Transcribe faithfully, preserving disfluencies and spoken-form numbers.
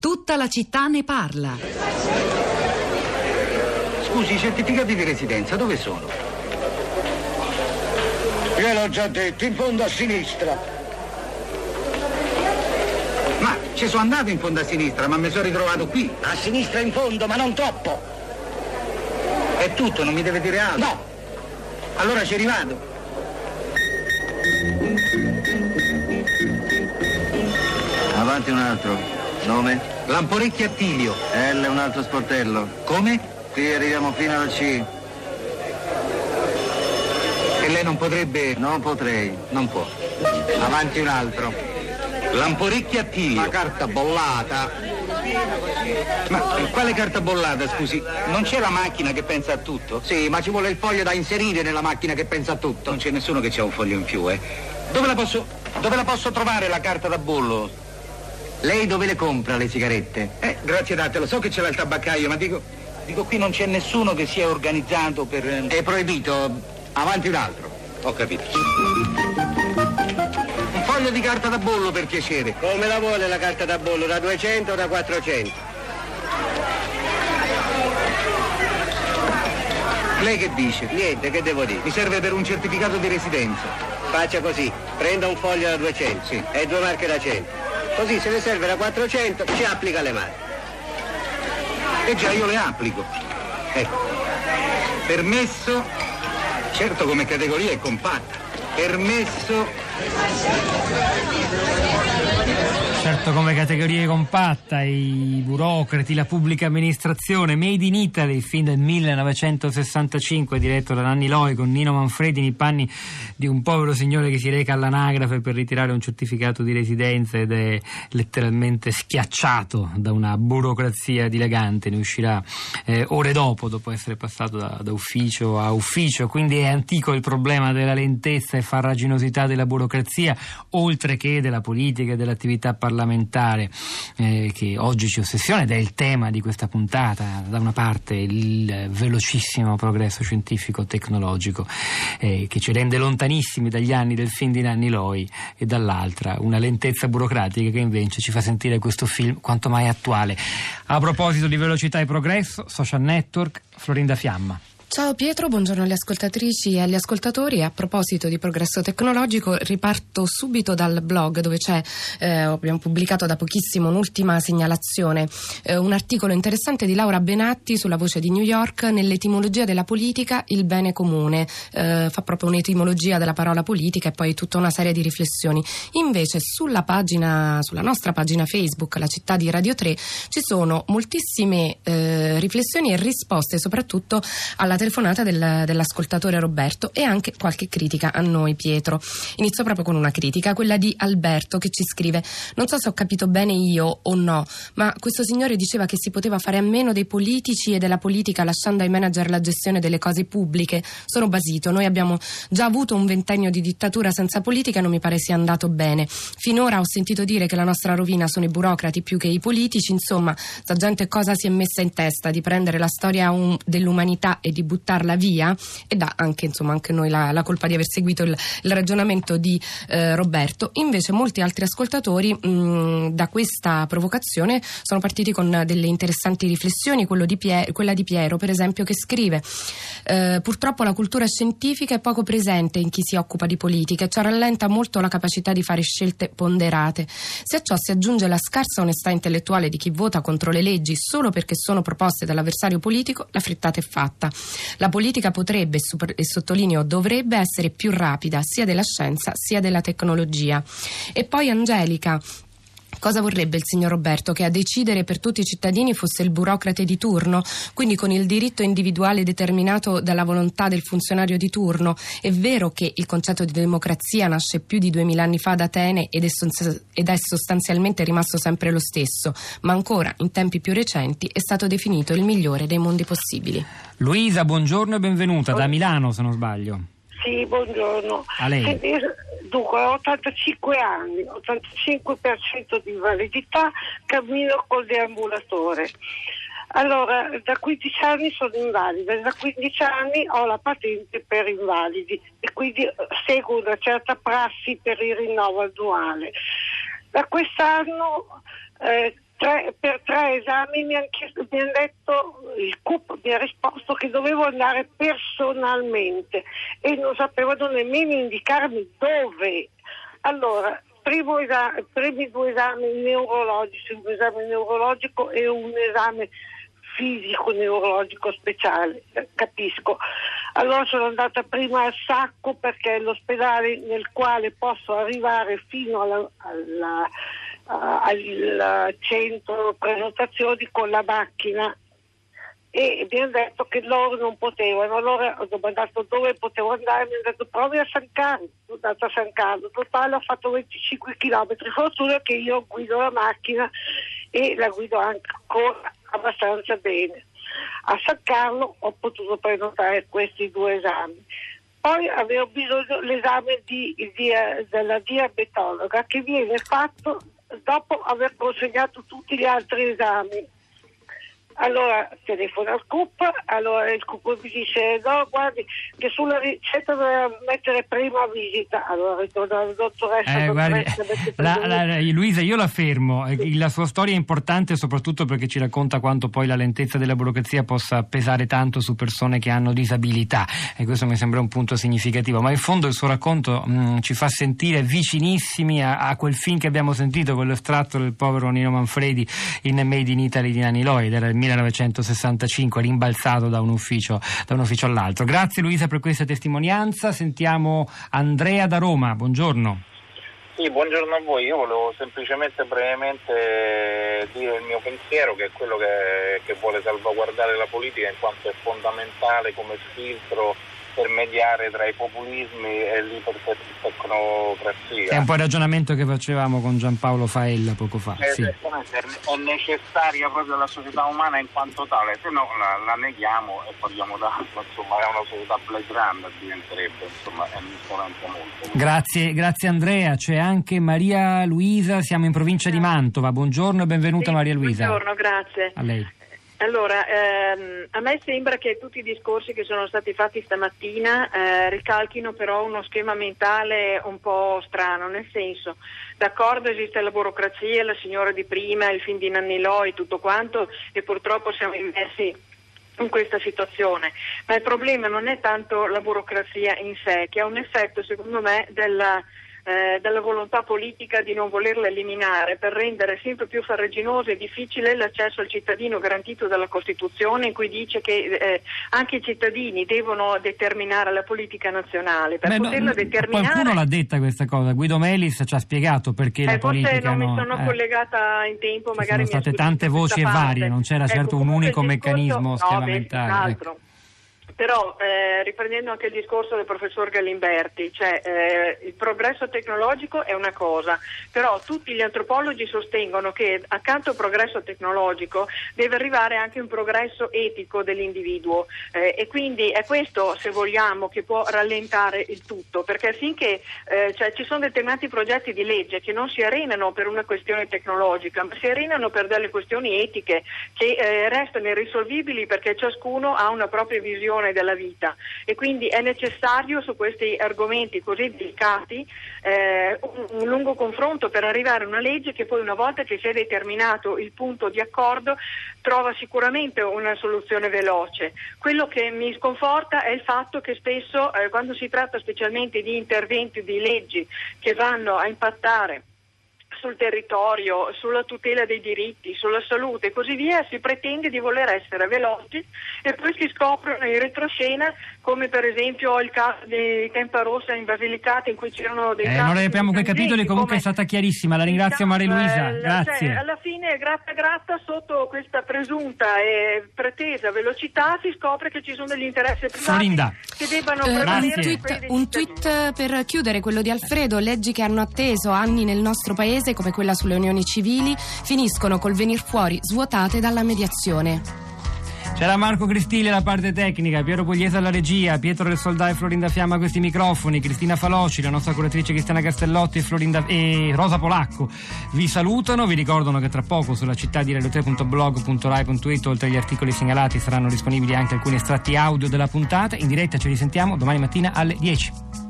Tutta la città ne parla. Scusi, i certificati di residenza dove sono? Io l'ho già detto, in fondo a sinistra. Ma ci sono andato in fondo a sinistra, ma mi sono ritrovato qui. A sinistra in fondo, ma non troppo. È tutto, non mi deve dire altro? No. Allora ci rivado. Avanti un altro. Nome? Lamporecchia Attilio. L, un altro sportello. Come? Qui arriviamo fino alla C. E lei non potrebbe... Non potrei. Non può. Avanti un altro. Lamporecchia Attilio. La carta bollata. Ma quale carta bollata, scusi? Non c'è la macchina che pensa a tutto? Sì, ma ci vuole il foglio da inserire nella macchina che pensa a tutto. Non c'è nessuno che c'ha un foglio in più, eh. Dove la posso... Dove la posso trovare la carta da bollo? Lei dove le compra le sigarette? Eh, grazie date, lo so che c'è il tabaccaio, ma dico... Dico, qui non c'è nessuno che sia organizzato per... È proibito. Avanti un altro. Ho capito. Un foglio di carta da bollo, per piacere. Come la vuole la carta da bollo? Da duecento o da quattrocento? Lei che dice? Niente, che devo dire? Mi serve per un certificato di residenza. Faccia così, prenda un foglio da duecento Sì. e due marche da cento. Così se ne serve da quattrocento ci applica le marche. E già io le applico. Ecco. Permesso, certo come categoria è compatta. Permesso... Certo, come categoria compatta, i burocrati, la pubblica amministrazione. Made in Italy, il film del millenovecentosessantacinque, diretto da Nanni Loi, con Nino Manfredi nei panni di un povero signore che si reca all'anagrafe per ritirare un certificato di residenza ed è letteralmente schiacciato da una burocrazia dilagante. Ne uscirà eh, ore dopo, dopo essere passato da, da ufficio a ufficio. Quindi è antico il problema della lentezza e farraginosità della burocrazia, oltre che della politica e dell'attività parlamentare. parlamentare eh, che oggi ci ossessiona ed è il tema di questa puntata. Da una parte il velocissimo progresso scientifico tecnologico eh, che ci rende lontanissimi dagli anni del film di Nanni Loi, e dall'altra una lentezza burocratica che invece ci fa sentire questo film quanto mai attuale. A proposito di velocità e progresso, social network, Florinda Fiamma. Ciao Pietro, buongiorno alle ascoltatrici e agli ascoltatori. A proposito di progresso tecnologico, riparto subito dal blog dove c'è, eh, abbiamo pubblicato da pochissimo un'ultima segnalazione, eh, un articolo interessante di Laura Benatti sulla Voce di New York, nell'etimologia della politica, il bene comune. Eh, fa proprio un'etimologia della parola politica e poi tutta una serie di riflessioni. Invece sulla pagina, sulla nostra pagina Facebook, La Città di Radio tre, ci sono moltissime eh, riflessioni e risposte soprattutto alla telefonata del, dell'ascoltatore Roberto e anche qualche critica a noi, Pietro. Inizio proprio con una critica, quella di Alberto, che ci scrive: non so se ho capito bene io o no, ma questo signore diceva che si poteva fare a meno dei politici e della politica lasciando ai manager la gestione delle cose pubbliche. Sono basito, noi abbiamo già avuto un ventennio di dittatura senza politica e non mi pare sia andato bene. Finora ho sentito dire che la nostra rovina sono i burocrati più che i politici. Insomma, sta gente cosa si è messa in testa? Di prendere la storia um, dell'umanità e di buttarla via, e dà anche insomma anche noi la, la colpa di aver seguito il, il ragionamento di eh, Roberto. Invece molti altri ascoltatori mh, da questa provocazione sono partiti con delle interessanti riflessioni. Quello di Pier, quella di Piero, per esempio, che scrive: eh, purtroppo la cultura scientifica è poco presente in chi si occupa di politica e ciò rallenta molto la capacità di fare scelte ponderate. Se a ciò si aggiunge la scarsa onestà intellettuale di chi vota contro le leggi solo perché sono proposte dall'avversario politico, la frittata è fatta. La politica potrebbe, e sottolineo dovrebbe, essere più rapida sia della scienza sia della tecnologia. E poi Angelica: cosa vorrebbe il signor Roberto? Che a decidere per tutti i cittadini fosse il burocrate di turno, quindi con il diritto individuale determinato dalla volontà del funzionario di turno. È vero che il concetto di democrazia nasce più di duemila anni fa ad Atene ed è, ed è sostanzialmente rimasto sempre lo stesso, ma ancora in tempi più recenti è stato definito il migliore dei mondi possibili. Luisa, buongiorno e benvenuta da Milano, se non sbaglio. Sì, buongiorno. A lei. Dunque, ho ottantacinque anni, ottantacinque per cento di invalidità, cammino col deambulatore. Allora, da quindici anni sono invalida, da quindici anni ho la patente per invalidi e quindi seguo una certa prassi per il rinnovo annuale. Da quest'anno eh, tre, per tre esami mi hanno chiesto, mi hanno detto, il C U P mi ha risposto che dovevo andare personalmente e non sapevano nemmeno indicarmi dove. Allora, primo esame, primi due esami neurologici, un esame neurologico e un esame fisico neurologico speciale, capisco. Allora sono andata prima al Sacco, perché è l'ospedale nel quale posso arrivare fino alla, alla, uh, al centro prenotazioni con la macchina, e mi hanno detto che loro non potevano. Allora ho domandato dove potevo andare, mi hanno detto provi a San Carlo. Sono andata a San Carlo, totale ho fatto venticinque chilometri, fortuna che io guido la macchina e la guido ancora abbastanza bene. A San Carlo ho potuto prenotare questi due esami. Poi avevo bisogno dell'esame di, di, della diabetologa, che viene fatto dopo aver consegnato tutti gli altri esami. Allora telefono al C U P, allora il C U P mi dice no, guardi che sulla ricetta doveva mettere prima visita. Allora ritorno alla dottoressa, eh, dottoressa guardi, la, la, Luisa, io la fermo, la sua storia è importante soprattutto perché ci racconta quanto poi la lentezza della burocrazia possa pesare tanto su persone che hanno disabilità, e questo mi sembra un punto significativo, ma in fondo il suo racconto mh, ci fa sentire vicinissimi a, a quel film che abbiamo sentito, quello estratto del povero Nino Manfredi in Made in Italy di Nanni Lloyd, era il millenovecentosessantacinque, rimbalzato da un ufficio da un ufficio all'altro. Grazie Luisa per questa testimonianza. Sentiamo Andrea da Roma, buongiorno. Sì, buongiorno a voi. Io volevo semplicemente brevemente dire il mio pensiero, che è quello che, che vuole salvaguardare la politica in quanto è fondamentale come filtro per mediare tra i populismi e l'ipertecnocrazia. È un po' il ragionamento che facevamo con Giampaolo Faella poco fa. È, sì. è necessaria proprio la società umana in quanto tale, se no la, la neghiamo e parliamo d'altro, insomma è una società Blade Runner diventerebbe, insomma è mi spaventa molto. Grazie, grazie Andrea. C'è anche Maria Luisa, siamo in provincia di Mantova. Buongiorno e benvenuta, sì, Maria Luisa. Buongiorno, grazie. A lei. Allora, ehm, a me sembra che tutti i discorsi che sono stati fatti stamattina eh, ricalchino però uno schema mentale un po' strano, nel senso, d'accordo, esiste la burocrazia, la signora di prima, il film di Nanni Lloyd, tutto quanto, e purtroppo siamo immersi in questa situazione, ma il problema non è tanto la burocrazia in sé, che ha un effetto secondo me della Eh, della volontà politica di non volerla eliminare, per rendere sempre più farraginoso e difficile l'accesso al cittadino garantito dalla Costituzione, in cui dice che eh, anche i cittadini devono determinare la politica nazionale. Per Beh, poterla no, determinare, qualcuno l'ha detta questa cosa, Guido Melis ci ha spiegato perché eh, la politica non no, mi sono eh, collegata in tempo, magari sono state tante voci e varie, non c'era ecco, certo un unico meccanismo schemamentale. ecco. Però eh, riprendendo anche il discorso del professor Galimberti, cioè eh, il progresso tecnologico è una cosa, però tutti gli antropologi sostengono che accanto al progresso tecnologico deve arrivare anche un progresso etico dell'individuo eh, e quindi è questo, se vogliamo, che può rallentare il tutto, perché finché eh, cioè, ci sono determinati progetti di legge che non si arenano per una questione tecnologica, ma si arenano per delle questioni etiche che eh, restano irrisolvibili perché ciascuno ha una propria visione della vita, e quindi è necessario su questi argomenti così delicati eh, un, un lungo confronto per arrivare a una legge che poi, una volta che si è determinato il punto di accordo, trova sicuramente una soluzione veloce. Quello che mi sconforta è il fatto che spesso eh, quando si tratta specialmente di interventi di leggi che vanno a impattare sul territorio, sulla tutela dei diritti, sulla salute e così via, si pretende di voler essere veloci e poi si scoprono in retroscena, come per esempio il caso di Tempa Rossa in Basilicata, in cui c'erano dei eh, non abbiamo quei capitoli, comunque è stata chiarissima, la ringrazio Maria Luisa, eh, grazie. Cioè, alla fine gratta gratta sotto questa presunta e pretesa velocità si scopre che ci sono degli interessi privati Florinda. che debbano eh, prevalere. un tweet, un tweet per chiudere, quello di Alfredo: leggi che hanno atteso anni nel nostro paese, come quella sulle unioni civili, finiscono col venir fuori svuotate dalla mediazione. C'era Marco Cristilli alla parte tecnica, Piero Pugliese alla regia, Pietro del Soldà e Florinda Fiamma a questi microfoni, Cristina Faloci, la nostra curatrice Cristiana Castellotti e, Florinda, e Rosa Polacco vi salutano, vi ricordano che tra poco sulla città di radio tre punto blog punto rai punto it, oltre agli articoli segnalati, saranno disponibili anche alcuni estratti audio della puntata. In diretta ci risentiamo domani mattina alle dieci.